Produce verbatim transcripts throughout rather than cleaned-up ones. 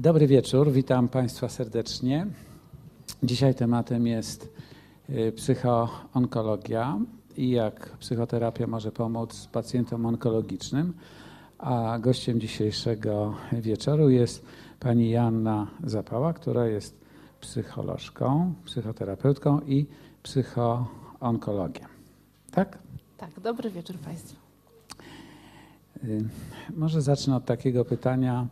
Dobry wieczór, witam Państwa serdecznie. Dzisiaj tematem jest psychoonkologia i jak psychoterapia może pomóc pacjentom onkologicznym. A gościem dzisiejszego wieczoru jest pani Joanna Zapała, która jest psycholożką, psychoterapeutką i psychoonkologiem. Tak? Tak, dobry wieczór Państwu. Może zacznę od takiego pytania.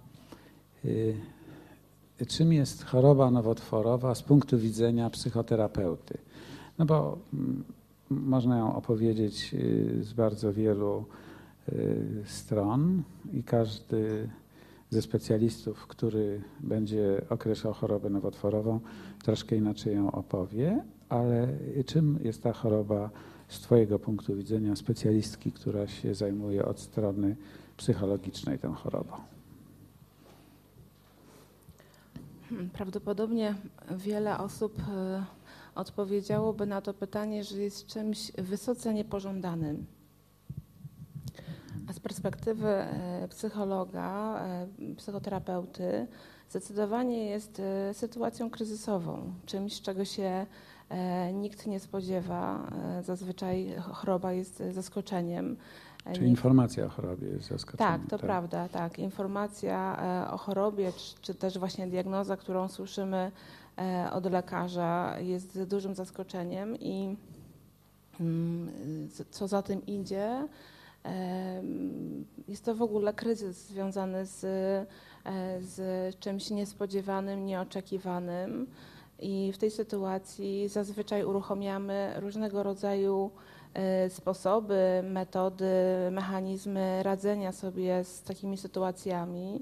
Czym jest choroba nowotworowa z punktu widzenia psychoterapeuty? No bo można ją opowiedzieć z bardzo wielu stron i każdy ze specjalistów, który będzie określał chorobę nowotworową, troszkę inaczej ją opowie, ale czym jest ta choroba z Twojego punktu widzenia specjalistki, która się zajmuje od strony psychologicznej tą chorobą? Prawdopodobnie wiele osób odpowiedziałoby na to pytanie, że jest czymś wysoce niepożądanym. A z perspektywy psychologa, psychoterapeuty, zdecydowanie jest sytuacją kryzysową, czymś, czego się nikt nie spodziewa. Zazwyczaj choroba jest zaskoczeniem. Czy informacja o chorobie jest zaskoczeniem? Tak, to tak. prawda, tak. Informacja o chorobie, czy, czy też właśnie diagnoza, którą słyszymy od lekarza, jest dużym zaskoczeniem i co za tym idzie, jest to w ogóle kryzys związany z, z czymś niespodziewanym, nieoczekiwanym i w tej sytuacji zazwyczaj uruchamiamy różnego rodzaju sposoby, metody, mechanizmy radzenia sobie z takimi sytuacjami,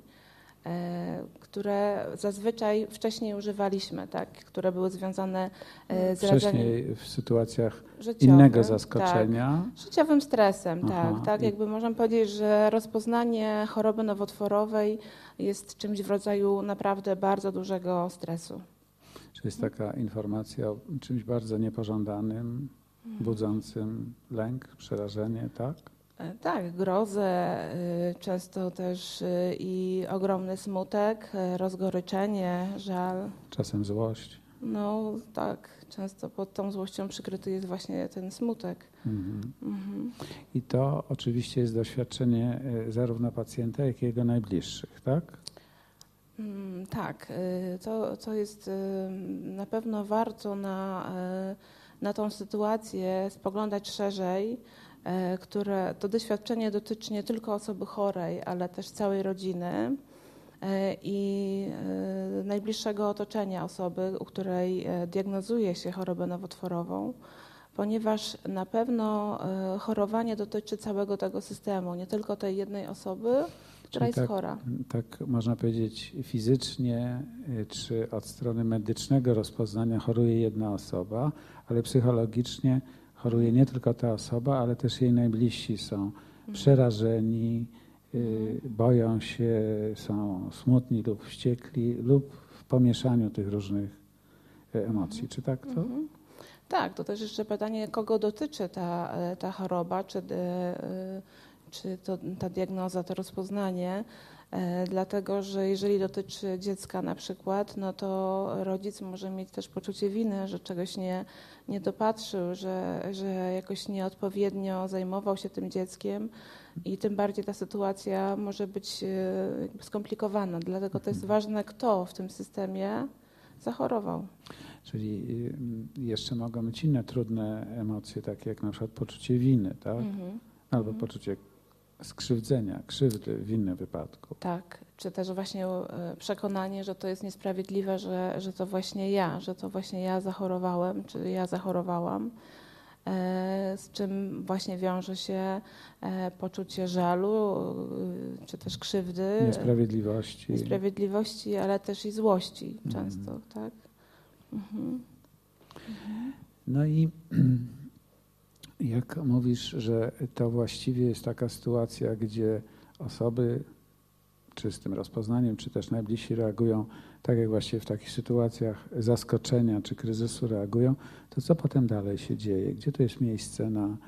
które zazwyczaj wcześniej używaliśmy, tak? Które były związane z Wcześniej radzeniem w sytuacach życiowym, innego zaskoczenia. Tak, życiowym stresem, Aha, tak, tak. i... Jakby możemy powiedzieć, że rozpoznanie choroby nowotworowej jest czymś w rodzaju naprawdę bardzo dużego stresu. Czy jest taka informacja o czymś bardzo niepożądanym, budzącym lęk, przerażenie, tak? Tak, grozę, często też i ogromny smutek, rozgoryczenie, żal. Czasem złość. No tak, często pod tą złością przykryty jest właśnie ten smutek. Mhm. Mhm. I to oczywiście jest doświadczenie zarówno pacjenta, jak i jego najbliższych, tak? Mm, tak, to, to jest na pewno warto na, na tą sytuację spoglądać szerzej, które to doświadczenie dotyczy nie tylko osoby chorej, ale też całej rodziny i najbliższego otoczenia osoby, u której diagnozuje się chorobę nowotworową, ponieważ na pewno chorowanie dotyczy całego tego systemu, nie tylko tej jednej osoby, która Czyli jest tak, chora. Tak można powiedzieć fizycznie, czy od strony medycznego rozpoznania choruje jedna osoba, ale psychologicznie choruje nie tylko ta osoba, ale też jej najbliżsi są mhm. przerażeni, y, boją się, są smutni lub wściekli lub w pomieszaniu tych różnych emocji. Mhm. Czy tak to? Mhm. Tak, to też jeszcze pytanie, kogo dotyczy ta, ta choroba, czy, czy to, ta diagnoza, to rozpoznanie. Dlatego, że jeżeli dotyczy dziecka na przykład, no to rodzic może mieć też poczucie winy, że czegoś nie, nie dopatrzył, że, że jakoś nieodpowiednio zajmował się tym dzieckiem i tym bardziej ta sytuacja może być skomplikowana. Dlatego to jest ważne, kto w tym systemie zachorował. Czyli jeszcze mogą być inne trudne emocje, takie jak na przykład poczucie winy, tak? Mhm. Albo mhm. poczucie skrzywdzenia, krzywdy w innym wypadku. Tak, czy też właśnie przekonanie, że to jest niesprawiedliwe, że, że to właśnie ja, że to właśnie ja zachorowałem, czy ja zachorowałam, z czym właśnie wiąże się poczucie żalu, czy też krzywdy. Niesprawiedliwości. Niesprawiedliwości, ale też i złości często, mhm. tak? Mhm. No i jak mówisz, że to właściwie jest taka sytuacja, gdzie osoby, czy z tym rozpoznaniem, czy też najbliżsi reagują tak, jak właściwie w takich sytuacjach zaskoczenia czy kryzysu reagują, to co potem dalej się dzieje? Gdzie to jest miejsce na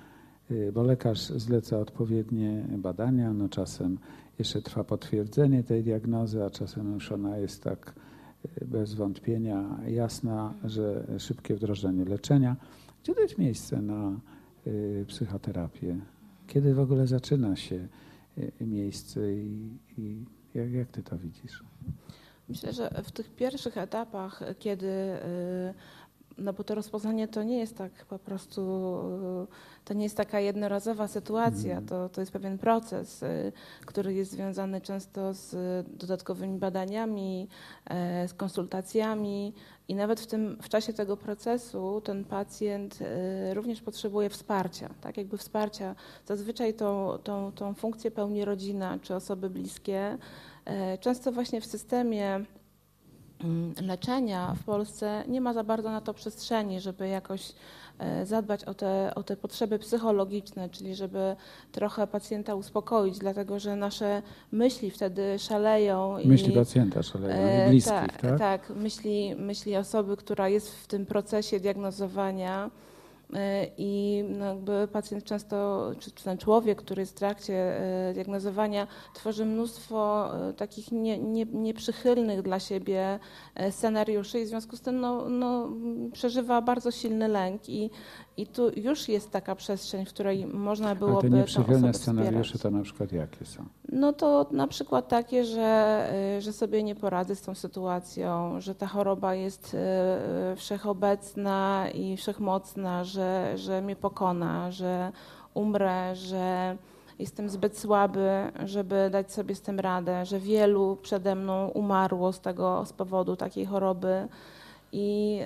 bo lekarz zleca odpowiednie badania, no czasem jeszcze trwa potwierdzenie tej diagnozy, a czasem już ona jest tak bez wątpienia jasna, że szybkie wdrożenie leczenia. Gdzie dać miejsce na psychoterapię? Kiedy w ogóle zaczyna się miejsce i, i jak, jak ty to widzisz? Myślę, że w tych pierwszych etapach, kiedy, no bo to rozpoznanie to nie jest tak po prostu, to nie jest taka jednorazowa sytuacja, mm. to, to jest pewien proces, który jest związany często z dodatkowymi badaniami, z konsultacjami i nawet w tym, w czasie tego procesu ten pacjent również potrzebuje wsparcia, tak jakby wsparcia. Zazwyczaj tą, tą, tą funkcję pełni rodzina czy osoby bliskie. Często właśnie w systemie leczenia w Polsce nie ma za bardzo na to przestrzeni, żeby jakoś zadbać o te, o te potrzeby psychologiczne, czyli żeby trochę pacjenta uspokoić, dlatego że nasze myśli wtedy szaleją. Myśli i, pacjenta szaleją, i bliskich, tak? Tak, tak myśli, myśli osoby, która jest w tym procesie diagnozowania. I no jakby pacjent często, czy ten człowiek, który jest w trakcie diagnozowania, tworzy mnóstwo takich nie, nie, nieprzychylnych dla siebie scenariuszy i w związku z tym no, no, przeżywa bardzo silny lęk i, i tu już jest taka przestrzeń, w której można byłoby Ale te nieprzychylne scenariusze wspierać. To na przykład jakie są? No to na przykład takie, że, że sobie nie poradzę z tą sytuacją, że ta choroba jest wszechobecna i wszechmocna, że, że mnie pokona, że umrę, że jestem zbyt słaby, żeby dać sobie z tym radę, że wielu przede mną umarło z tego, z powodu takiej choroby i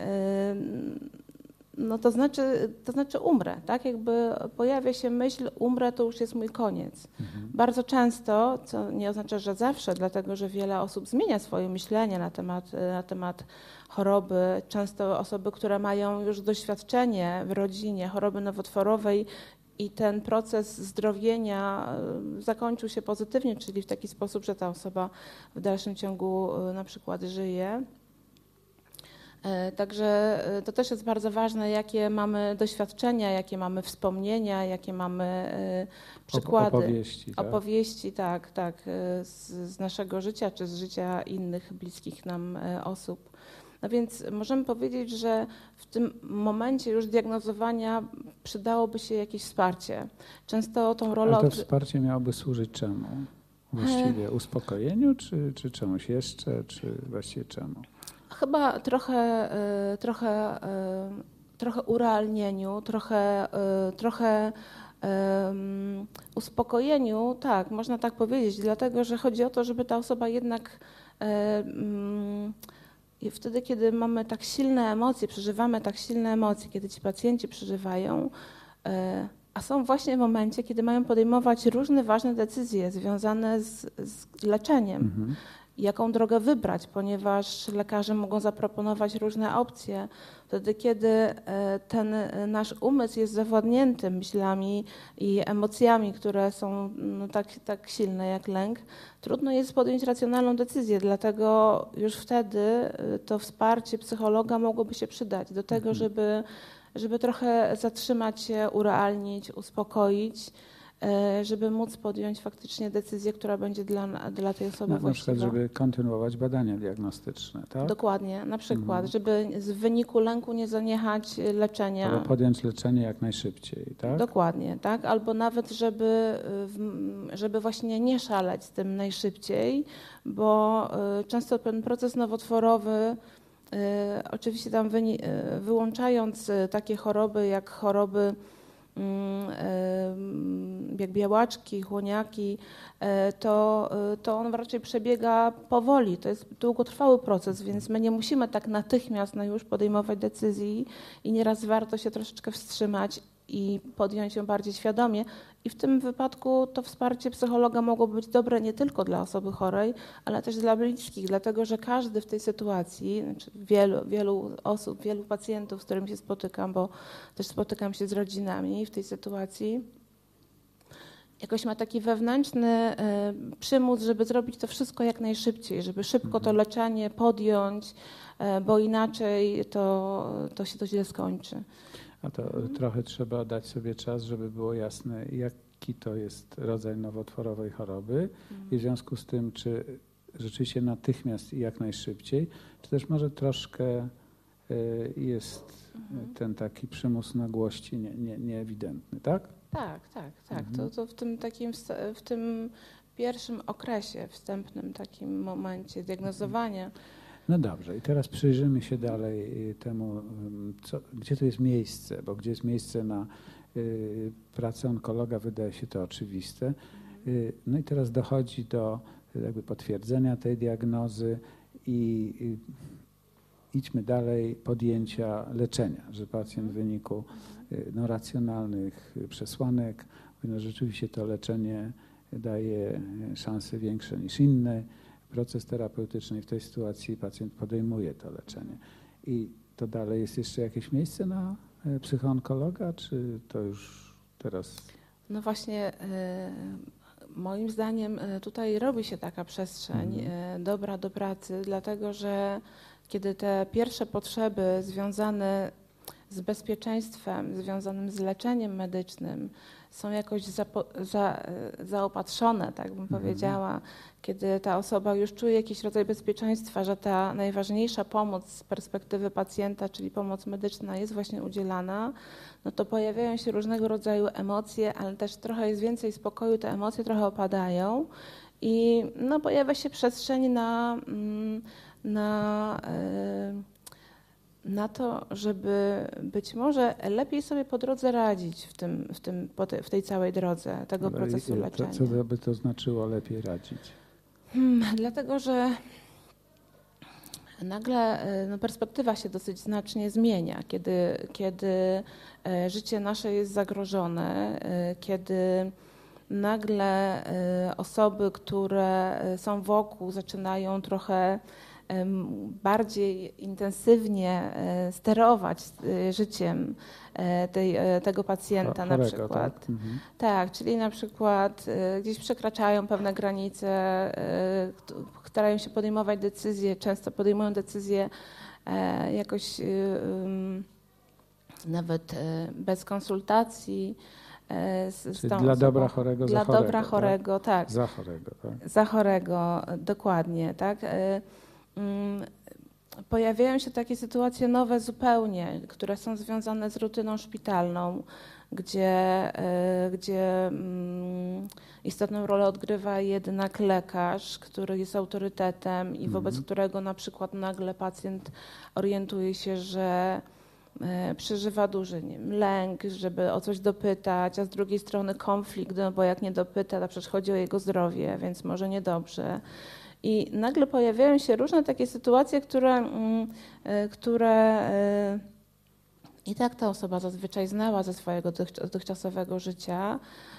no to znaczy, to znaczy umrę, tak? Jakby pojawia się myśl, umrę, to już jest mój koniec. Mhm. Bardzo często, co nie oznacza, że zawsze, dlatego że wiele osób zmienia swoje myślenie na temat, na temat choroby. Często osoby, które mają już doświadczenie w rodzinie choroby nowotworowej i ten proces zdrowienia zakończył się pozytywnie, czyli w taki sposób, że ta osoba w dalszym ciągu na przykład żyje. Także to też jest bardzo ważne, jakie mamy doświadczenia, jakie mamy wspomnienia, jakie mamy przykłady. Opowieści, tak? Opowieści, tak, tak, z, z naszego życia czy z życia innych bliskich nam osób. No więc możemy powiedzieć, że w tym momencie już diagnozowania przydałoby się jakieś wsparcie. Często tą rolą... Ale to wsparcie miałoby służyć czemu? Właściwie uspokojeniu, czy, czy czemuś jeszcze, czy właściwie czemu? Chyba trochę, trochę, trochę urealnieniu, trochę, trochę um, uspokojeniu, tak, można tak powiedzieć, dlatego że chodzi o to, żeby ta osoba jednak um, wtedy, kiedy mamy tak silne emocje, przeżywamy tak silne emocje, kiedy ci pacjenci przeżywają, a są właśnie w momencie, kiedy mają podejmować różne ważne decyzje związane z, z leczeniem. Mhm. Jaką drogę wybrać, ponieważ lekarze mogą zaproponować różne opcje. Wtedy, kiedy ten nasz umysł jest zawładnięty myślami i emocjami, które są no, tak, tak silne jak lęk, trudno jest podjąć racjonalną decyzję, dlatego już wtedy to wsparcie psychologa mogłoby się przydać do tego, żeby, żeby trochę zatrzymać się, urealnić, uspokoić, żeby móc podjąć faktycznie decyzję, która będzie dla, dla tej osoby na, właściwa. Na przykład, żeby kontynuować badania diagnostyczne, tak? Dokładnie, na przykład, mhm. żeby z wyniku lęku nie zaniechać leczenia. Albo podjąć leczenie jak najszybciej, tak? Dokładnie, tak? Albo nawet, żeby, żeby właśnie nie szaleć z tym najszybciej, bo często ten proces nowotworowy, oczywiście tam wyłączając takie choroby jak choroby jak białaczki, chłoniaki, to, to on raczej przebiega powoli. To jest długotrwały proces, więc my nie musimy tak natychmiast no już podejmować decyzji i nieraz warto się troszeczkę wstrzymać i podjąć ją bardziej świadomie. I w tym wypadku to wsparcie psychologa mogłoby być dobre nie tylko dla osoby chorej, ale też dla bliskich, dlatego że każdy w tej sytuacji, znaczy wielu, wielu osób, wielu pacjentów, z którymi się spotykam, bo też spotykam się z rodzinami w tej sytuacji, jakoś ma taki wewnętrzny y, przymus, żeby zrobić to wszystko jak najszybciej, żeby szybko to leczenie podjąć, y, bo inaczej to, to się to źle skończy. A to mhm. trochę trzeba dać sobie czas, żeby było jasne, jaki to jest rodzaj nowotworowej choroby mhm. i w związku z tym, czy rzeczywiście natychmiast i jak najszybciej, czy też może troszkę y, jest mhm. ten taki przymus nagłości nie, nie, nieewidentny, tak? Tak, tak, tak. Mhm. To, to w tym takim, w tym pierwszym okresie, wstępnym takim momencie diagnozowania. No dobrze, i teraz przyjrzymy się dalej temu, co, gdzie tu jest miejsce, bo gdzie jest miejsce na y, pracę onkologa, wydaje się to oczywiste. Y, no i teraz dochodzi do jakby potwierdzenia tej diagnozy i y, idźmy dalej, podjęcia leczenia, że pacjent w wyniku y, no, racjonalnych przesłanek, no, rzeczywiście to leczenie daje szanse większe niż inne. Proces terapeutyczny w tej sytuacji pacjent podejmuje to leczenie. I to dalej jest jeszcze jakieś miejsce na psychoonkologa, czy to już teraz? No właśnie, y, moim zdaniem tutaj robi się taka przestrzeń mm. y, dobra do pracy, dlatego że kiedy te pierwsze potrzeby związane z bezpieczeństwem, związanym z leczeniem medycznym są jakoś zapo, za, zaopatrzone, tak bym mhm. powiedziała, kiedy ta osoba już czuje jakiś rodzaj bezpieczeństwa, że ta najważniejsza pomoc z perspektywy pacjenta, czyli pomoc medyczna jest właśnie udzielana, no to pojawiają się różnego rodzaju emocje, ale też trochę jest więcej spokoju, te emocje trochę opadają i no, pojawia się przestrzeń na, na na to, żeby być może lepiej sobie po drodze radzić w, tym, w, tym, w tej całej drodze tego Ale procesu to, leczenia. Co by to znaczyło lepiej radzić? Hmm, dlatego, że nagle no, perspektywa się dosyć znacznie zmienia, kiedy, kiedy życie nasze jest zagrożone, kiedy nagle osoby, które są wokół, zaczynają trochę bardziej intensywnie sterować życiem tej, tego pacjenta Chorego, na przykład. Tak? Mhm. tak, czyli na przykład gdzieś przekraczają pewne granice, starają się podejmować decyzje, często podejmują decyzje jakoś nawet bez konsultacji. Z tą dla osobą. dobra chorego, dla za chorego. dobra chorego, tak? tak. Za chorego, tak. Za chorego, dokładnie, tak. Pojawiają się takie sytuacje nowe zupełnie, które są związane z rutyną szpitalną, gdzie, gdzie istotną rolę odgrywa jednak lekarz, który jest autorytetem i wobec mm. którego na przykład nagle pacjent orientuje się, że przeżywa duży nie wiem, lęk, żeby o coś dopytać, a z drugiej strony konflikt, no bo jak nie dopyta, to przecież chodzi o jego zdrowie, więc może niedobrze. I nagle pojawiają się różne takie sytuacje, które, które i tak ta osoba zazwyczaj znała ze swojego dotychczasowego życia,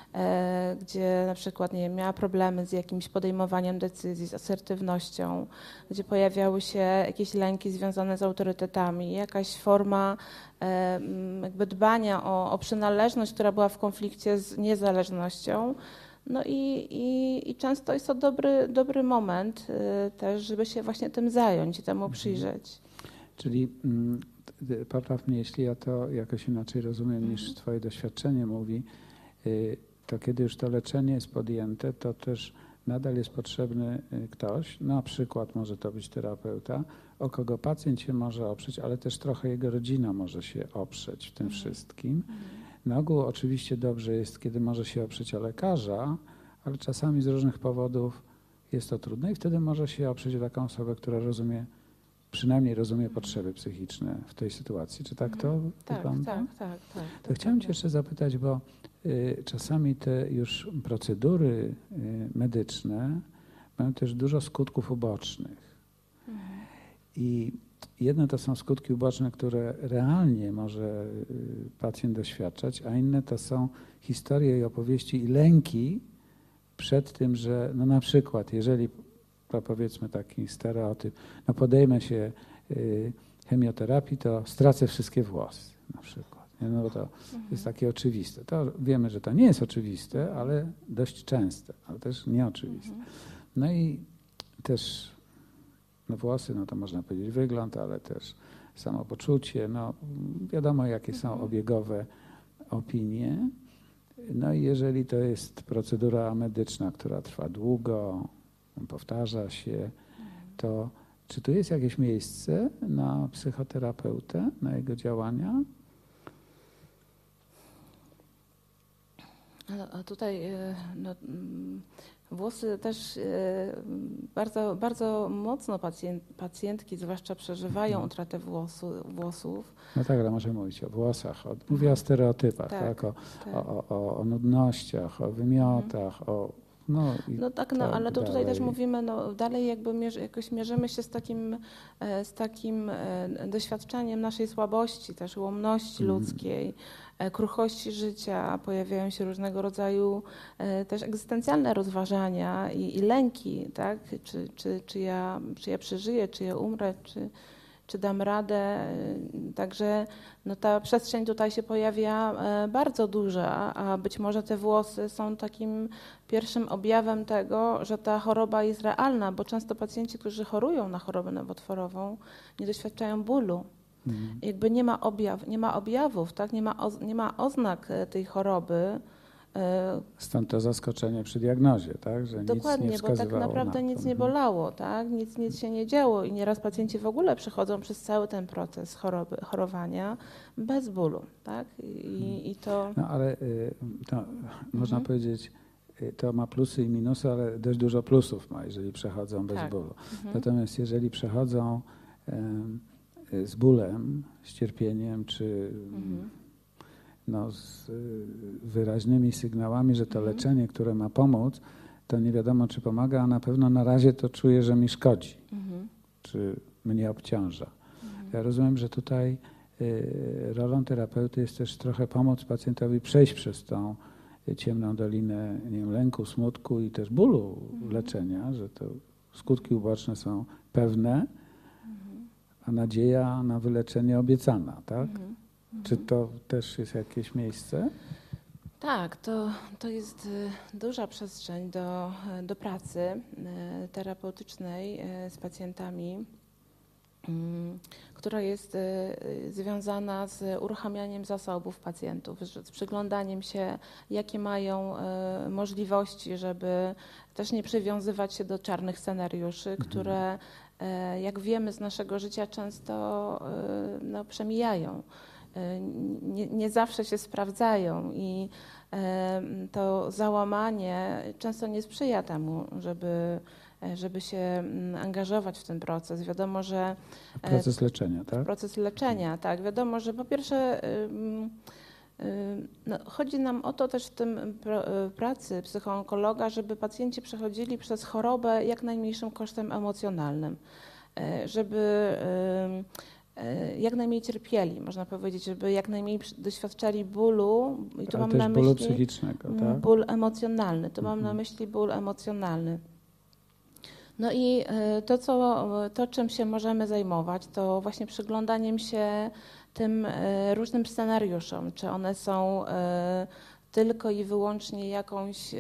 gdzie na przykład nie wiem, miała problemy z jakimś podejmowaniem decyzji, z asertywnością, gdzie pojawiały się jakieś lęki związane z autorytetami, jakaś forma jakby dbania o, o przynależność, która była w konflikcie z niezależnością. No i, i, i często jest to dobry, dobry moment y, też, żeby się właśnie tym zająć i temu przyjrzeć. Czyli mm, popraw mnie, jeśli ja to jakoś inaczej rozumiem mhm. niż twoje doświadczenie mówi, y, to kiedy już to leczenie jest podjęte, to też nadal jest potrzebny ktoś, na przykład może to być terapeuta, o kogo pacjent się może oprzeć, ale też trochę jego rodzina może się oprzeć w tym mhm. wszystkim. Mhm. Na ogół oczywiście dobrze jest, kiedy może się oprzeć o lekarza, ale czasami z różnych powodów jest to trudne i wtedy może się oprzeć o taką osobę, która rozumie, przynajmniej rozumie potrzeby psychiczne w tej sytuacji. Czy tak to tak, wygląda? Tak, tak, tak. To tak, chciałem tak. Cię jeszcze zapytać, bo y, czasami te już procedury y, medyczne mają też dużo skutków ubocznych. Mhm. I jedne to są skutki uboczne, które realnie może pacjent doświadczać, a inne to są historie i opowieści i lęki przed tym, że no na przykład, jeżeli, to powiedzmy taki stereotyp, no podejmę się chemioterapii, to stracę wszystkie włosy na przykład. Nie? No bo to mhm. jest takie oczywiste. To wiemy, że to nie jest oczywiste, ale dość częste, ale też nieoczywiste. Mhm. No i też no włosy, no to można powiedzieć wygląd, ale też samopoczucie. No wiadomo, jakie mhm. są obiegowe opinie. No i jeżeli to jest procedura medyczna, która trwa długo, powtarza się, to czy tu jest jakieś miejsce na psychoterapeutę, na jego działania? A tutaj no, włosy też bardzo, bardzo mocno pacjent, pacjentki zwłaszcza przeżywają utratę włosu, włosów. No tak, ale możemy mówić o włosach, o, mówię o stereotypach, tak, tak? O, tak. O, o, o nudnościach, o wymiotach, mhm. o No, no tak, no, ale to tutaj też mówimy, no dalej jakby mierzy, jakoś mierzymy się z takim, z takim doświadczeniem naszej słabości, też ułomności mm. ludzkiej, kruchości życia, pojawiają się różnego rodzaju też egzystencjalne rozważania i, i lęki, tak? Czy, czy, czy, ja, czy ja przeżyję, czy ja umrę, czy, czy dam radę. Także no ta przestrzeń tutaj się pojawia bardzo duża, a być może te włosy są takim pierwszym objawem tego, że ta choroba jest realna, bo często pacjenci, którzy chorują na chorobę nowotworową, nie doświadczają bólu. Mhm. Jakby nie ma objaw, nie ma objawów, tak? nie, ma oz, nie ma oznak tej choroby. Stąd to zaskoczenie przy diagnozie, tak? Że Dokładnie, nic nie bo tak naprawdę na nic nie bolało, tak? Nic, nic się nie działo i nieraz pacjenci w ogóle przechodzą przez cały ten proces choroby, chorowania bez bólu, tak? I, i to... No ale to mhm. można powiedzieć, to ma plusy i minusy, ale dość dużo plusów ma, jeżeli przechodzą bez tak. bólu. Mhm. Natomiast jeżeli przechodzą z bólem, z cierpieniem, czy mhm. no, z wyraźnymi sygnałami, że to mhm. leczenie, które ma pomóc, to nie wiadomo, czy pomaga, a na pewno na razie to czuję, że mi szkodzi, mhm. czy mnie obciąża. Mhm. Ja rozumiem, że tutaj y, rolą terapeuty jest też trochę pomóc pacjentowi przejść przez tą ciemną dolinę, nie wiem, lęku, smutku i też bólu mhm. leczenia, że to skutki uboczne są pewne, a nadzieja na wyleczenie obiecana, tak? Mhm. Czy to też jest jakieś miejsce? Tak, to, to jest duża przestrzeń do, do pracy terapeutycznej z pacjentami, która jest związana z uruchamianiem zasobów pacjentów, z przyglądaniem się, jakie mają możliwości, żeby też nie przywiązywać się do czarnych scenariuszy, mhm. które, jak wiemy z naszego życia, często no, przemijają. Nie, nie zawsze się sprawdzają i to załamanie często nie sprzyja temu, żeby, żeby się angażować w ten proces. Wiadomo, że... Proces leczenia, tak? Proces leczenia, tak. Wiadomo, że po pierwsze no, chodzi nam o to też w tym pracy psychoonkologa, żeby pacjenci przechodzili przez chorobę jak najmniejszym kosztem emocjonalnym, żeby jak najmniej cierpieli, można powiedzieć, żeby jak najmniej doświadczali bólu. I tu Ale mam też na bólu myśli psychicznego, tak? Ból emocjonalny. Tu mhm. mam na myśli ból emocjonalny. No i to, co, to, czym się możemy zajmować, to właśnie przyglądaniem się tym różnym scenariuszom. Czy one są tylko i wyłącznie jakąś,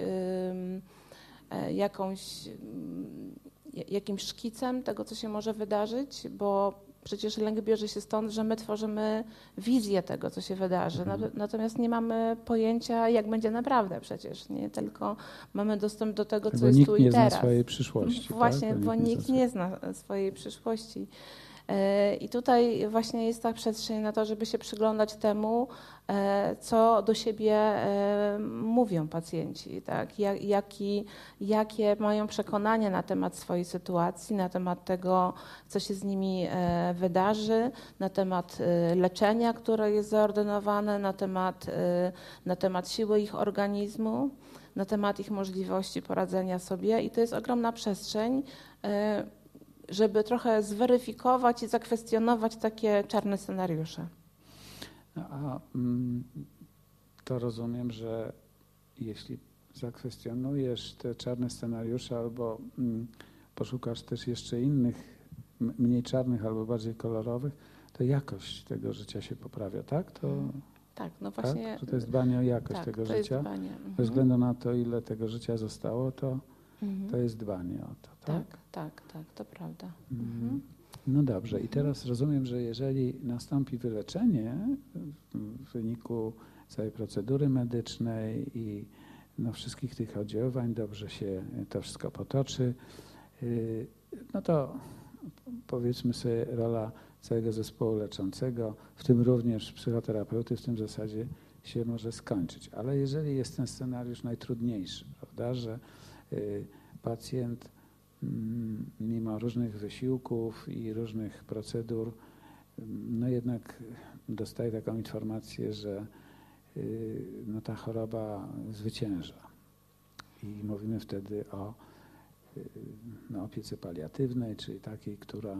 jakąś jakimś szkicem tego, co się może wydarzyć, bo przecież lęk bierze się stąd, że my tworzymy wizję tego, co się wydarzy. Natomiast nie mamy pojęcia, jak będzie naprawdę przecież. Nie tylko mamy dostęp do tego, co bo jest nikt tu i nie teraz. Zna swojej przyszłości. Właśnie, tak? bo, bo nikt nie zna swojej przyszłości. I tutaj właśnie jest ta przestrzeń na to, żeby się przyglądać temu, co do siebie mówią pacjenci, tak? Jaki, jakie mają przekonania na temat swojej sytuacji, na temat tego, co się z nimi wydarzy, na temat leczenia, które jest zaordynowane, na temat, na temat siły ich organizmu, na temat ich możliwości poradzenia sobie. I to jest ogromna przestrzeń, żeby trochę zweryfikować i zakwestionować takie czarne scenariusze. A to rozumiem, że jeśli zakwestionujesz te czarne scenariusze albo poszukasz też jeszcze innych, mniej czarnych albo bardziej kolorowych, to jakość tego życia się poprawia, tak? To tak, no właśnie. Tak? Że to jest dbanie o jakość tak, tego to życia. Jest dbanie. Mhm. Bez względu na to, ile tego życia zostało, to, Mhm. to jest dbanie o to. Tak, tak, tak, tak, to prawda. Mm. Mhm. No dobrze, i teraz rozumiem, że jeżeli nastąpi wyleczenie w wyniku całej procedury medycznej i no, wszystkich tych oddziaływań, dobrze się to wszystko potoczy, no to powiedzmy sobie rola całego zespołu leczącego, w tym również psychoterapeuty w tym zasadzie się może skończyć. Ale jeżeli jest ten scenariusz najtrudniejszy, prawda, że pacjent mimo różnych wysiłków i różnych procedur, no jednak dostaje taką informację, że no ta choroba zwycięża. I mówimy wtedy o no, opiece paliatywnej, czyli takiej, która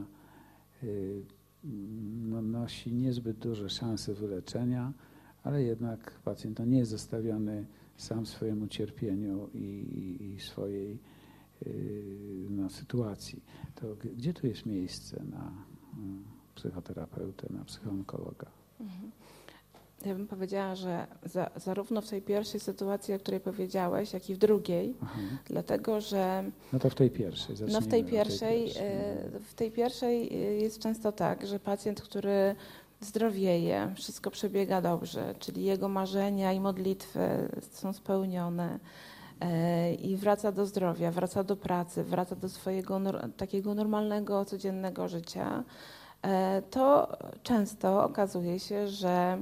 no, nosi niezbyt duże szanse wyleczenia, ale jednak pacjent no, nie jest zostawiony sam swojemu cierpieniu i, i swojej no, sytuacji. To gdzie tu jest miejsce na psychoterapeutę, na psychoonkologa? Mhm. Ja bym powiedziała, że za, zarówno w tej pierwszej sytuacji, o której powiedziałeś, jak i w drugiej, Aha. dlatego że... No to w tej pierwszej, zacznijmy. No w tej pierwszej, tej pierwszej. w tej pierwszej jest często tak, że pacjent, który zdrowieje, wszystko przebiega dobrze, czyli jego marzenia i modlitwy są spełnione i wraca do zdrowia, wraca do pracy, wraca do swojego takiego normalnego, codziennego życia, to często okazuje się, że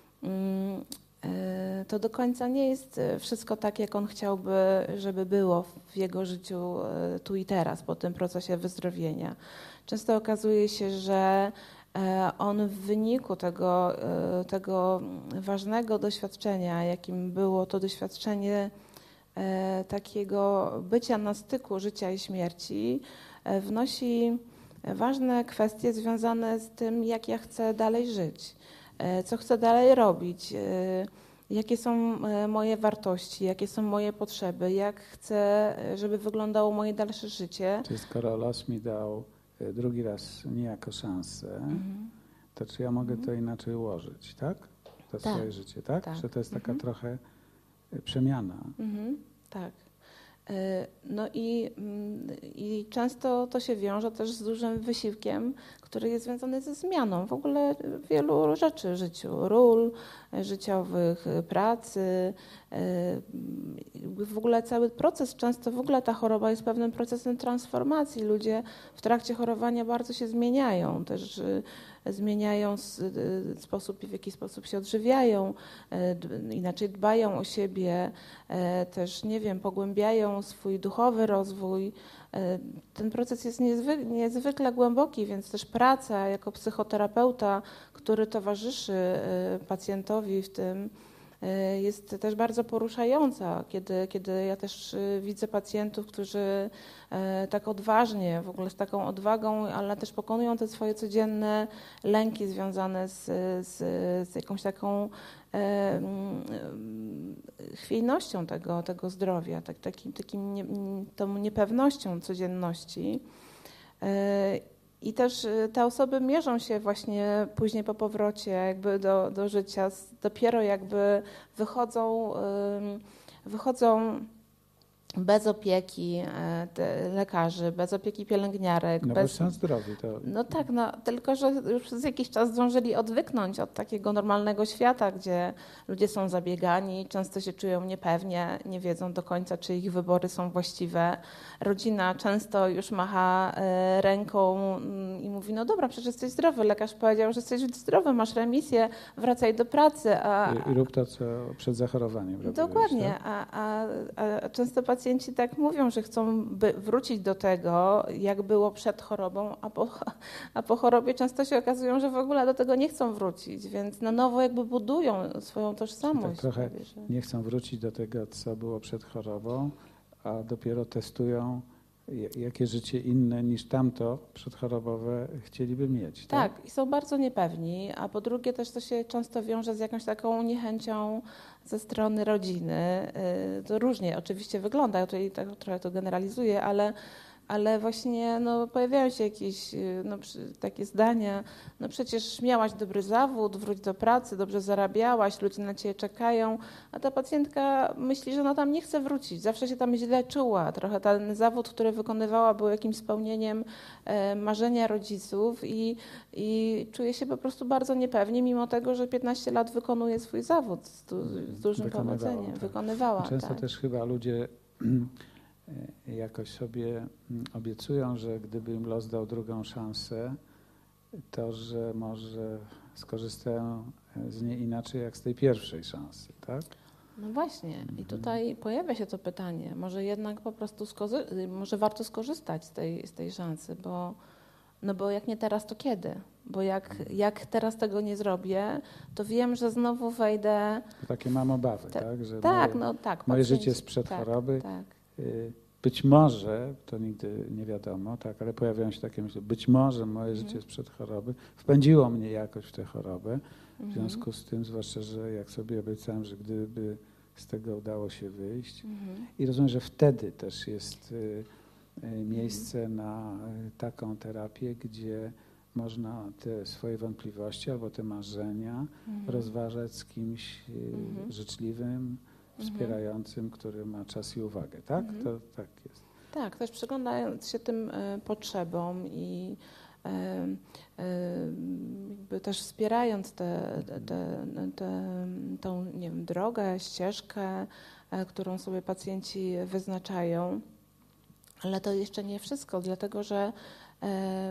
to do końca nie jest wszystko tak, jak on chciałby, żeby było w jego życiu tu i teraz, po tym procesie wyzdrowienia. Często okazuje się, że on w wyniku tego, tego ważnego doświadczenia, jakim było to doświadczenie takiego bycia na styku życia i śmierci, wnosi ważne kwestie związane z tym, jak ja chcę dalej żyć, co chcę dalej robić, jakie są moje wartości, jakie są moje potrzeby, jak chcę, żeby wyglądało moje dalsze życie. Czyli skoro los mi dał drugi raz niejako szansę, mhm. to czy ja mogę mhm. to inaczej ułożyć, tak? To tak. swoje życie, tak? tak? Że to jest taka mhm. trochę przemiana. Mhm. Tak. No i, i często to się wiąże też z dużym wysiłkiem, który jest związany ze zmianą w ogóle wielu rzeczy w życiu, ról życiowych, pracy. W ogóle cały proces, często w ogóle ta choroba jest pewnym procesem transformacji. Ludzie w trakcie chorowania bardzo się zmieniają, też zmieniają sposób, w jaki sposób się odżywiają, inaczej dbają o siebie, też, nie wiem, pogłębiają swój duchowy rozwój. Ten proces jest niezwykle, niezwykle głęboki, więc też praca jako psychoterapeuta, który towarzyszy pacjentowi w tym, jest też bardzo poruszająca, kiedy, kiedy ja też widzę pacjentów, którzy tak odważnie, w ogóle z taką odwagą, ale też pokonują te swoje codzienne lęki związane z, z, z jakąś taką e, chwiejnością tego, tego zdrowia, tak, takim, takim nie, tą niepewnością codzienności. E, I też te osoby mierzą się właśnie później po powrocie jakby do, do życia, dopiero jakby wychodzą, wychodzą bez opieki lekarzy, bez opieki pielęgniarek. No bez... bo są zdrowi. To... No tak, no, tylko że już przez jakiś czas zdążyli odwyknąć od takiego normalnego świata, gdzie ludzie są zabiegani, często się czują niepewnie, nie wiedzą do końca, czy ich wybory są właściwe. Rodzina często już macha ręką i mówi, no dobra, przecież jesteś zdrowy, lekarz powiedział, że jesteś zdrowy, masz remisję, wracaj do pracy. A... I, i rób to, co przed zachorowaniem. Dokładnie, robiłeś, tak? a, a, a często pacjenci tak mówią, że chcą by wrócić do tego, jak było przed chorobą, a po, a po chorobie często się okazują, że w ogóle do tego nie chcą wrócić, więc na nowo jakby budują swoją tożsamość. Tak trochę nie chcą wrócić do tego, co było przed chorobą, a dopiero testują, jakie życie inne niż tamto przedchorobowe chcieliby mieć. Tak? Tak, i są bardzo niepewni, a po drugie też to się często wiąże z jakąś taką niechęcią ze strony rodziny. To różnie oczywiście wygląda, ja tutaj tak trochę to generalizuję, ale, ale właśnie no, pojawiają się jakieś no, takie zdania, no przecież miałaś dobry zawód, wróć do pracy, dobrze zarabiałaś, ludzie na ciebie czekają, a ta pacjentka myśli, że ona tam nie chce wrócić, zawsze się tam źle czuła, trochę ten zawód, który wykonywała, był jakimś spełnieniem e, marzenia rodziców i, i czuje się po prostu bardzo niepewnie, mimo tego, że piętnaście lat wykonuje swój zawód z, du, z dużym Wykonywała, powodzeniem. tak. Wykonywała. Często tak. też chyba ludzie jakoś sobie obiecują, że gdyby im los dał drugą szansę, to że może skorzystają z niej inaczej jak z tej pierwszej szansy, tak? No właśnie i tutaj pojawia się to pytanie, może jednak po prostu skorzy- może warto skorzystać z tej, z tej szansy, bo, no bo jak nie teraz, to kiedy? Bo jak, jak teraz tego nie zrobię, to wiem, że znowu wejdę... To takie mam obawy, Te, tak? Że tak, moje, no tak. moje pacjenci, życie sprzed tak, choroby. Tak. Być może, to nigdy nie wiadomo, tak, ale pojawiają się takie myśli, być może moje życie Mhm. sprzed choroby wpędziło mnie jakoś w tę chorobę. W Mhm. związku z tym, zwłaszcza, że jak sobie obiecałem, że gdyby z tego udało się wyjść. Mhm. I rozumiem, że wtedy też jest y, y, miejsce na y, taką terapię, gdzie można te swoje wątpliwości albo te marzenia Mhm. rozważać z kimś y, Mhm. życzliwym, wspierającym, który ma czas i uwagę, tak? Mhm. To tak jest. Tak, też przyglądając się tym y, potrzebom i y, y, jakby też wspierając te, te, te, te, tą nie wiem, drogę, ścieżkę, y, którą sobie pacjenci wyznaczają. Ale to jeszcze nie wszystko, dlatego że y,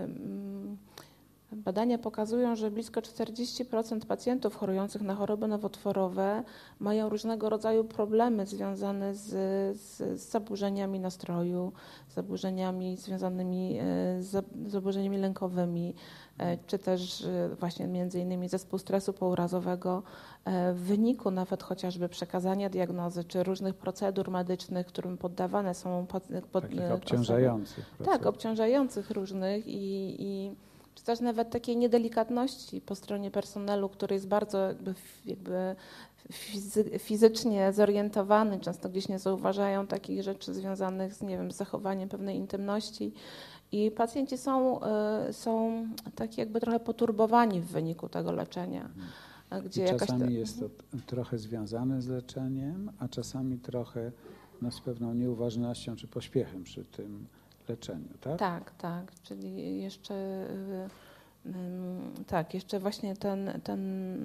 badania pokazują, że blisko czterdzieści procent pacjentów chorujących na choroby nowotworowe mają różnego rodzaju problemy związane z, z, z zaburzeniami nastroju, zaburzeniami związanymi z zaburzeniami lękowymi, czy też właśnie między innymi zespół stresu pourazowego w wyniku nawet chociażby przekazania diagnozy, czy różnych procedur medycznych, którym poddawane są pod, pod, takich obciążających osoby. Tak, obciążających różnych i, i czy też nawet takiej niedelikatności po stronie personelu, który jest bardzo jakby, jakby fizy- fizycznie zorientowany, często gdzieś nie zauważają takich rzeczy związanych z, nie wiem, z zachowaniem pewnej intymności. I pacjenci są, y, są tak jakby trochę poturbowani w wyniku tego leczenia. Gdzie I czasami jakaś... jest to trochę związane z leczeniem, a czasami trochę no, z pewną nieuważnością czy pośpiechem przy tym leczeniu, tak? Tak, tak, czyli jeszcze y, y, tak, jeszcze właśnie ten, ten,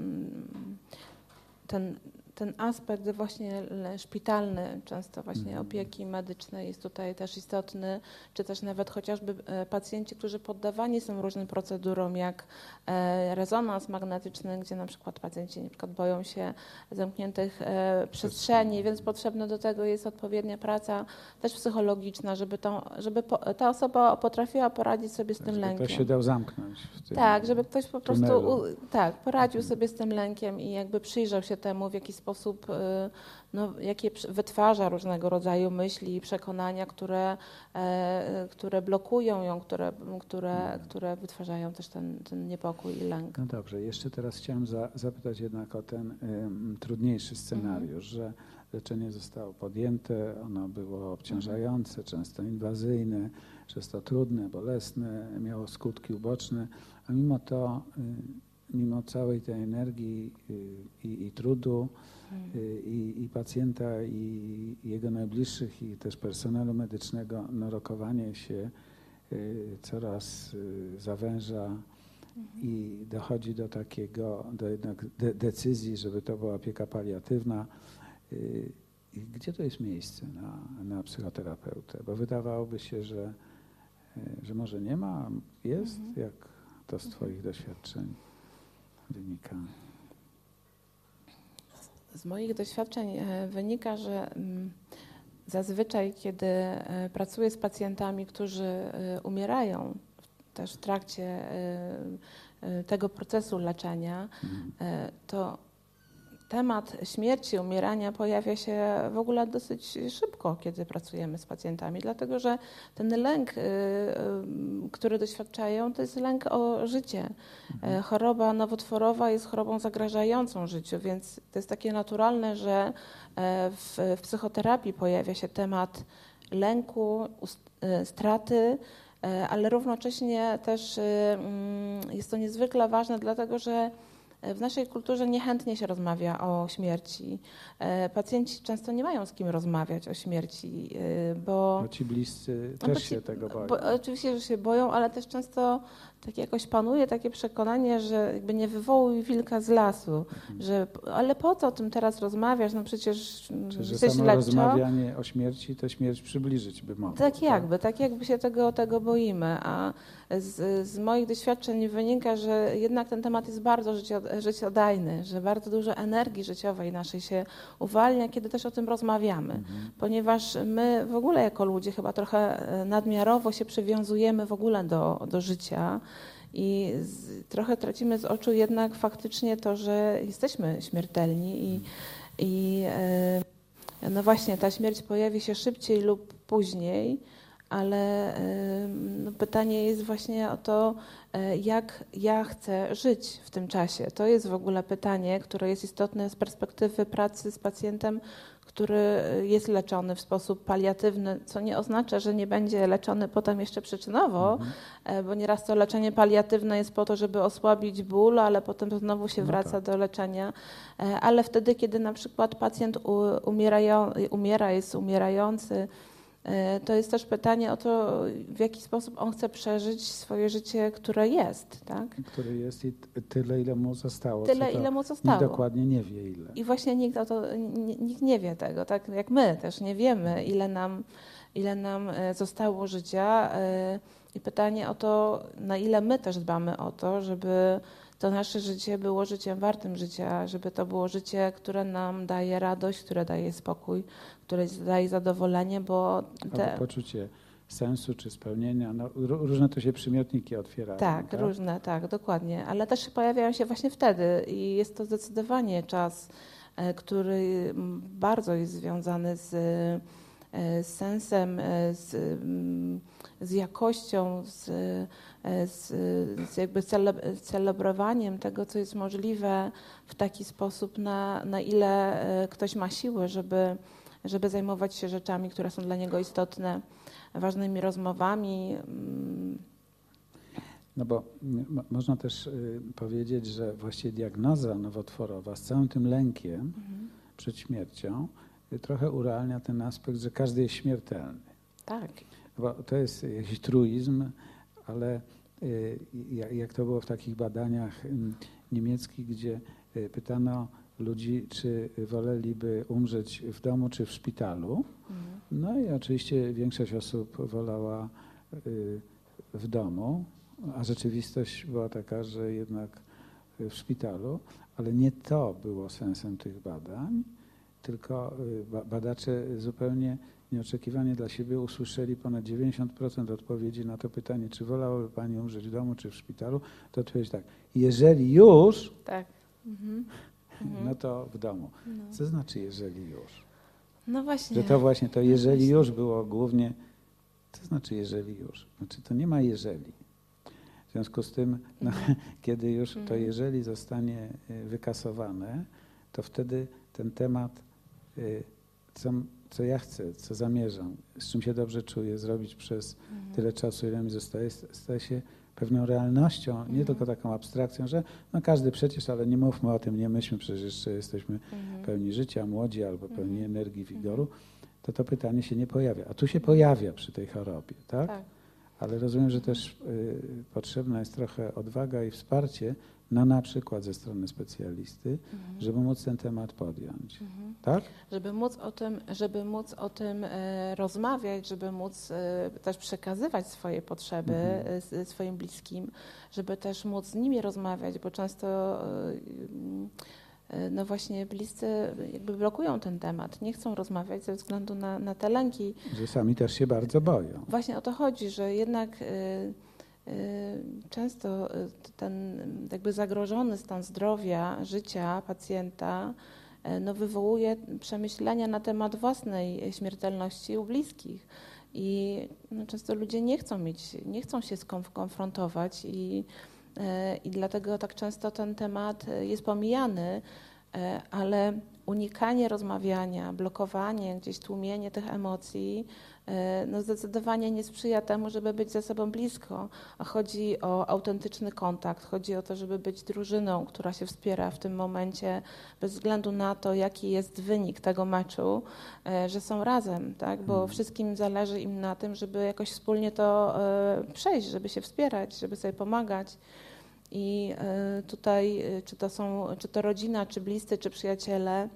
ten, ten aspekt właśnie szpitalny, często właśnie Mhm. opieki medycznej jest tutaj też istotny, czy też nawet chociażby pacjenci, którzy poddawani są różnym procedurom, jak rezonans magnetyczny, gdzie na przykład pacjenci na przykład boją się zamkniętych przestrzeni, więc potrzebna do tego jest odpowiednia praca też psychologiczna, żeby, tą, żeby ta osoba potrafiła poradzić sobie z tym żeby lękiem. ktoś się dał zamknąć w tym Tak, żeby ktoś po prostu tunelu. u, tak, poradził sobie z tym lękiem i jakby przyjrzał się temu, w jaki sposób, no, jakie wytwarza różnego rodzaju myśli i przekonania, które, e, które blokują ją, które, które, które wytwarzają też ten, ten niepokój i lęk. No dobrze, jeszcze teraz chciałem za, zapytać jednak o ten ym, trudniejszy scenariusz, że leczenie zostało podjęte, ono było obciążające, często inwazyjne, często trudne, bolesne, miało skutki uboczne, a mimo to, y, mimo całej tej energii y, i, i trudu y, i, i pacjenta, i, i jego najbliższych, i też personelu medycznego, no, rokowanie się y, coraz y, zawęża i dochodzi do takiego, do jednak de- decyzji, żeby to była opieka paliatywna. Y, I gdzie to jest miejsce na, na psychoterapeutę? Bo wydawałoby się, że, y, że może nie ma, jest, Mhm. jak to z Twoich doświadczeń wynika? Z moich doświadczeń e, wynika, że mm, zazwyczaj, kiedy e, pracuję z pacjentami, którzy e, umierają też w trakcie e, e, tego procesu leczenia, Mhm. e, to temat śmierci, umierania pojawia się w ogóle dosyć szybko, kiedy pracujemy z pacjentami, dlatego że ten lęk, y, y, który doświadczają, to jest lęk o życie. Mhm. Choroba nowotworowa jest chorobą zagrażającą życiu, więc to jest takie naturalne, że w, w psychoterapii pojawia się temat lęku, straty, ale równocześnie też jest to niezwykle ważne, dlatego że w naszej kulturze niechętnie się rozmawia o śmierci. Pacjenci często nie mają z kim rozmawiać o śmierci, bo... Bo ci bliscy no też bo ci, się tego boją. Bo, oczywiście, że się boją, ale też często tak jakoś panuje takie przekonanie, że jakby nie wywołuj wilka z lasu, mhm. że ale po co o tym teraz rozmawiasz, no przecież Czy, że jesteś samo lekko. rozmawianie o śmierci to śmierć przybliżyć by mogło. Tak jakby, tak jakby się tego, tego boimy, a z, z moich doświadczeń wynika, że jednak ten temat jest bardzo życio, życiodajny, że bardzo dużo energii życiowej naszej się uwalnia, kiedy też o tym rozmawiamy, mhm. ponieważ my w ogóle jako ludzie chyba trochę nadmiarowo się przywiązujemy w ogóle do, do życia i z, trochę tracimy z oczu jednak faktycznie to, że jesteśmy śmiertelni i, i yy, no właśnie ta śmierć pojawi się szybciej lub później, ale no, pytanie jest właśnie o to, jak ja chcę żyć w tym czasie. To jest w ogóle pytanie, które jest istotne z perspektywy pracy z pacjentem, który jest leczony w sposób paliatywny, co nie oznacza, że nie będzie leczony potem jeszcze przyczynowo, mhm. bo nieraz to leczenie paliatywne jest po to, żeby osłabić ból, ale potem znowu się no wraca tak. do leczenia. Ale wtedy, kiedy na przykład pacjent umierają, umiera, jest umierający, to jest też pytanie o to, w jaki sposób on chce przeżyć swoje życie, które jest. Tak? Które jest i tyle, ile mu zostało. Tyle, ile mu zostało. Nikt dokładnie nie wie, ile. I właśnie nikt, o to, nikt nie wie tego, tak jak my też nie wiemy, ile nam, ile nam zostało życia. I pytanie o to, na ile my też dbamy o to, żeby to nasze życie było życiem wartym życia, żeby to było życie, które nam daje radość, które daje spokój, które daje zadowolenie, bo... Te... Albo poczucie sensu czy spełnienia. No, różne to się przymiotniki otwierają. Tak, tak, różne, tak, dokładnie. Ale też pojawiają się właśnie wtedy i jest to zdecydowanie czas, który bardzo jest związany z, z sensem, z, z jakością, z, z, z jakby celebrowaniem tego, co jest możliwe w taki sposób, na, na ile ktoś ma siłę, żeby, żeby zajmować się rzeczami, które są dla niego istotne, ważnymi rozmowami. No bo można też powiedzieć, że właściwie diagnoza nowotworowa z całym tym lękiem mhm. przed śmiercią trochę urealnia ten aspekt, że każdy jest śmiertelny. Tak. Bo to jest jakiś truizm, ale jak to było w takich badaniach niemieckich, gdzie pytano ludzi, czy woleliby umrzeć w domu, czy w szpitalu. Mhm. No i oczywiście większość osób wolała w domu, a rzeczywistość była taka, że jednak w szpitalu, ale nie to było sensem tych badań, tylko badacze zupełnie nieoczekiwanie dla siebie usłyszeli ponad dziewięćdziesiąt procent odpowiedzi na to pytanie, czy wolałaby Pani umrzeć w domu, czy w szpitalu, to odpowiedź tak, jeżeli już, tak. Mhm. no to w domu. No. Co znaczy jeżeli już? No właśnie. Że to właśnie to jeżeli no już było głównie, co znaczy jeżeli już? Znaczy to nie ma jeżeli. W związku z tym, no, mhm. kiedy już to mhm. jeżeli zostanie wykasowane, to wtedy ten temat, co, co ja chcę, co zamierzam, z czym się dobrze czuję zrobić przez mhm. tyle czasu, ile mi zostaje, staje się pewną realnością, nie mhm. tylko taką abstrakcją, że no każdy przecież, ale nie mówmy o tym, nie myślmy, przecież jeszcze jesteśmy mhm. pełni życia, młodzi albo pełni mhm. energii, wigoru, to to pytanie się nie pojawia. A tu się pojawia przy tej chorobie, tak? tak. Ale rozumiem, że też y, potrzebna jest trochę odwaga i wsparcie, no na przykład ze strony specjalisty, mhm. żeby móc ten temat podjąć, mhm. tak? Żeby móc o tym, żeby móc o tym e, rozmawiać, żeby móc e, też przekazywać swoje potrzeby mhm. e, swoim bliskim, żeby też móc z nimi rozmawiać, bo często e, no właśnie bliscy jakby blokują ten temat, nie chcą rozmawiać ze względu na, na te lęki. Że sami też się bardzo boją. Właśnie o to chodzi, że jednak e, często ten jakby zagrożony stan zdrowia, życia pacjenta no, wywołuje przemyślenia na temat własnej śmiertelności u bliskich. I no, często ludzie nie chcą mieć, nie chcą się skonfrontować i, i dlatego tak często ten temat jest pomijany, ale unikanie rozmawiania, blokowanie, gdzieś tłumienie tych emocji, no zdecydowanie nie sprzyja temu, żeby być ze sobą blisko, a chodzi o autentyczny kontakt, chodzi o to, żeby być drużyną, która się wspiera w tym momencie, bez względu na to, jaki jest wynik tego meczu, że są razem, tak? Bo hmm. wszystkim zależy im na tym, żeby jakoś wspólnie to przejść, żeby się wspierać, żeby sobie pomagać. I tutaj, czy to są, czy to rodzina, czy bliscy, czy przyjaciele,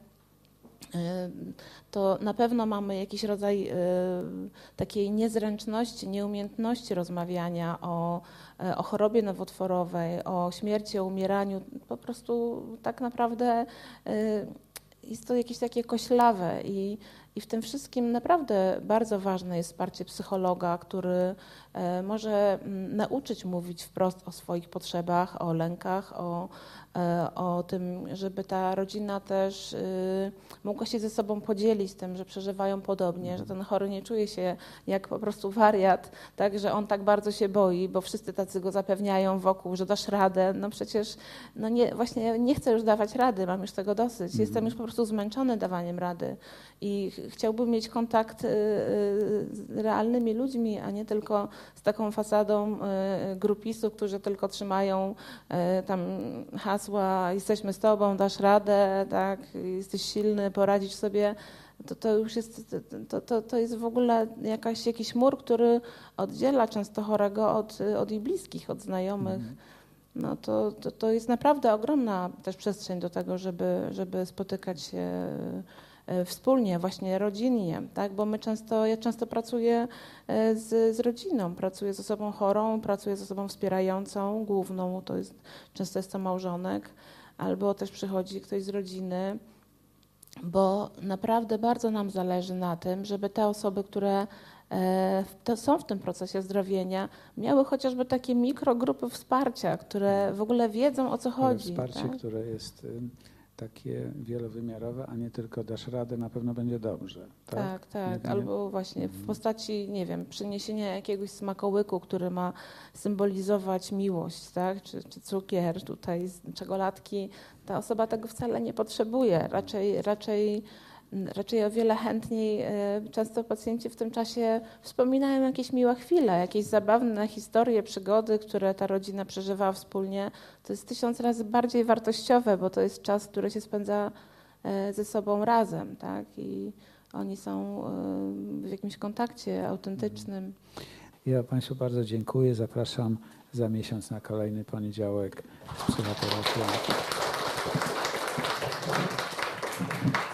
to na pewno mamy jakiś rodzaj takiej niezręczności, nieumiejętności rozmawiania o, o chorobie nowotworowej, o śmierci, o umieraniu. Po prostu tak naprawdę jest to jakieś takie koślawe i, i w tym wszystkim naprawdę bardzo ważne jest wsparcie psychologa, który może nauczyć mówić wprost o swoich potrzebach, o lękach, o, o tym, żeby ta rodzina też mogła się ze sobą podzielić tym, że przeżywają podobnie, że ten chory nie czuje się jak po prostu wariat, tak, że on tak bardzo się boi, bo wszyscy tacy go zapewniają wokół, że dasz radę. No przecież no nie, właśnie nie chcę już dawać rady, mam już tego dosyć. Jestem już po prostu zmęczony dawaniem rady i chciałbym mieć kontakt z realnymi ludźmi, a nie tylko z taką fasadą grupisów, którzy tylko trzymają tam hasła: jesteśmy z tobą, dasz radę, tak, jesteś silny, poradzić sobie. To, to już jest, to, to, to jest w ogóle jakaś, jakiś mur, który oddziela często chorego od, od ich bliskich, od znajomych. Mhm. No to, to, to jest naprawdę ogromna też przestrzeń do tego, żeby, żeby spotykać się wspólnie, właśnie rodzinnie, tak? Bo my często, ja często pracuję z, z rodziną, pracuję z osobą chorą, pracuję z osobą wspierającą, główną, to jest, często jest to małżonek, albo też przychodzi ktoś z rodziny, bo naprawdę bardzo nam zależy na tym, żeby te osoby, które to są w tym procesie zdrowienia, miały chociażby takie mikrogrupy wsparcia, które w ogóle wiedzą, o co chodzi. Wsparcie, tak? które jest takie wielowymiarowe, a nie tylko dasz radę, na pewno będzie dobrze. Tak, tak. tak. Nie, Albo właśnie w postaci, nie wiem, przyniesienia jakiegoś smakołyku, który ma symbolizować miłość, tak? Czy, czy cukier, tutaj czekoladki. Ta osoba tego wcale nie potrzebuje. Raczej, raczej Raczej o wiele chętniej często pacjenci w tym czasie wspominają jakieś miłe chwile, jakieś zabawne historie, przygody, które ta rodzina przeżywała wspólnie. To jest tysiąc razy bardziej wartościowe, bo to jest czas, który się spędza ze sobą razem, tak? I oni są w jakimś kontakcie autentycznym. Ja Państwu bardzo dziękuję. Zapraszam za miesiąc na kolejny poniedziałek z psychoterapią.